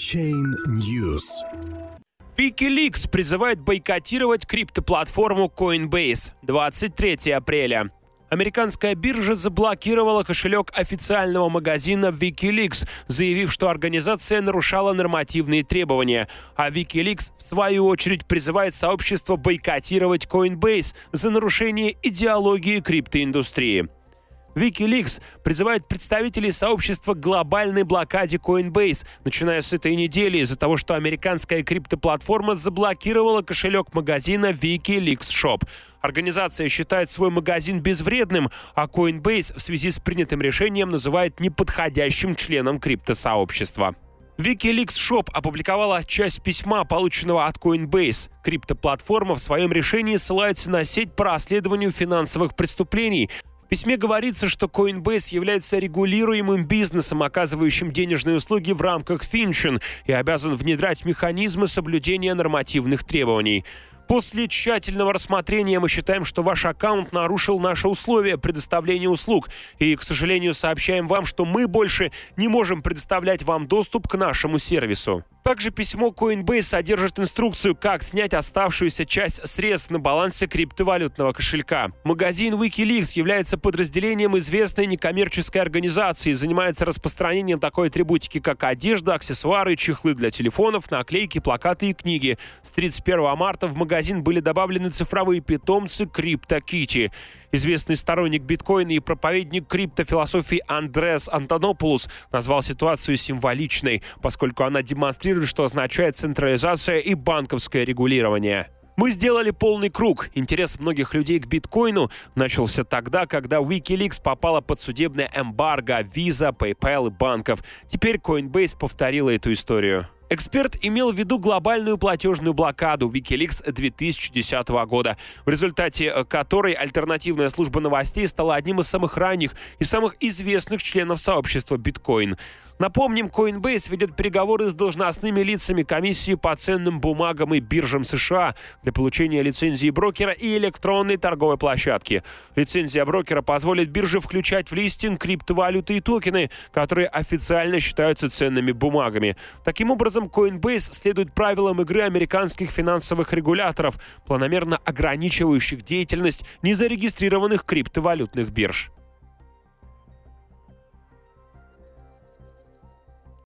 Chain News. WikiLeaks призывает бойкотировать криптоплатформу Coinbase. 23 апреля. Американская биржа заблокировала кошелек официального магазина WikiLeaks, заявив, что организация нарушала нормативные требования. А WikiLeaks, в свою очередь, призывает сообщество бойкотировать Coinbase за нарушение идеологии криптоиндустрии. WikiLeaks призывает представителей сообщества к глобальной блокаде Coinbase, начиная с этой недели из-за того, что американская криптоплатформа заблокировала кошелек магазина WikiLeaks Shop. Организация считает свой магазин безвредным, а Coinbase в связи с принятым решением называет неподходящим членом криптосообщества. WikiLeaks Shop опубликовала часть письма, полученного от Coinbase. Криптоплатформа в своем решении ссылается на сеть по расследованию финансовых преступлений. В письме говорится, что Coinbase является регулируемым бизнесом, оказывающим денежные услуги в рамках FinCEN, и обязан внедрять механизмы соблюдения нормативных требований. После тщательного рассмотрения мы считаем, что ваш аккаунт нарушил наши условия предоставления услуг, и, к сожалению, сообщаем вам, что мы больше не можем предоставлять вам доступ к нашему сервису. Также письмо Coinbase содержит инструкцию, как снять оставшуюся часть средств на балансе криптовалютного кошелька. Магазин WikiLeaks является подразделением известной некоммерческой организации и занимается распространением такой атрибутики, как одежда, аксессуары, чехлы для телефонов, наклейки, плакаты и книги. С 31 марта в магазин были добавлены цифровые питомцы CryptoKitty. Известный сторонник биткоина и проповедник криптофилософии Андреас Антонопулос назвал ситуацию символичной, поскольку она демонстрирует, что означает централизация и банковское регулирование. Мы сделали полный круг. Интерес многих людей к биткоину начался тогда, когда WikiLeaks попала под судебное эмбарго Visa, PayPal и банков. Теперь Coinbase повторила эту историю. Эксперт имел в виду глобальную платежную блокаду WikiLeaks 2010 года, в результате которой альтернативная служба новостей стала одним из самых ранних и самых известных членов сообщества биткоин. Напомним, Coinbase ведет переговоры с должностными лицами комиссии по ценным бумагам и биржам США для получения лицензии брокера и электронной торговой площадки. Лицензия брокера позволит бирже включать в листинг криптовалюты и токены, которые официально считаются ценными бумагами. Таким образом, Coinbase следует правилам игры американских финансовых регуляторов, планомерно ограничивающих деятельность незарегистрированных криптовалютных бирж.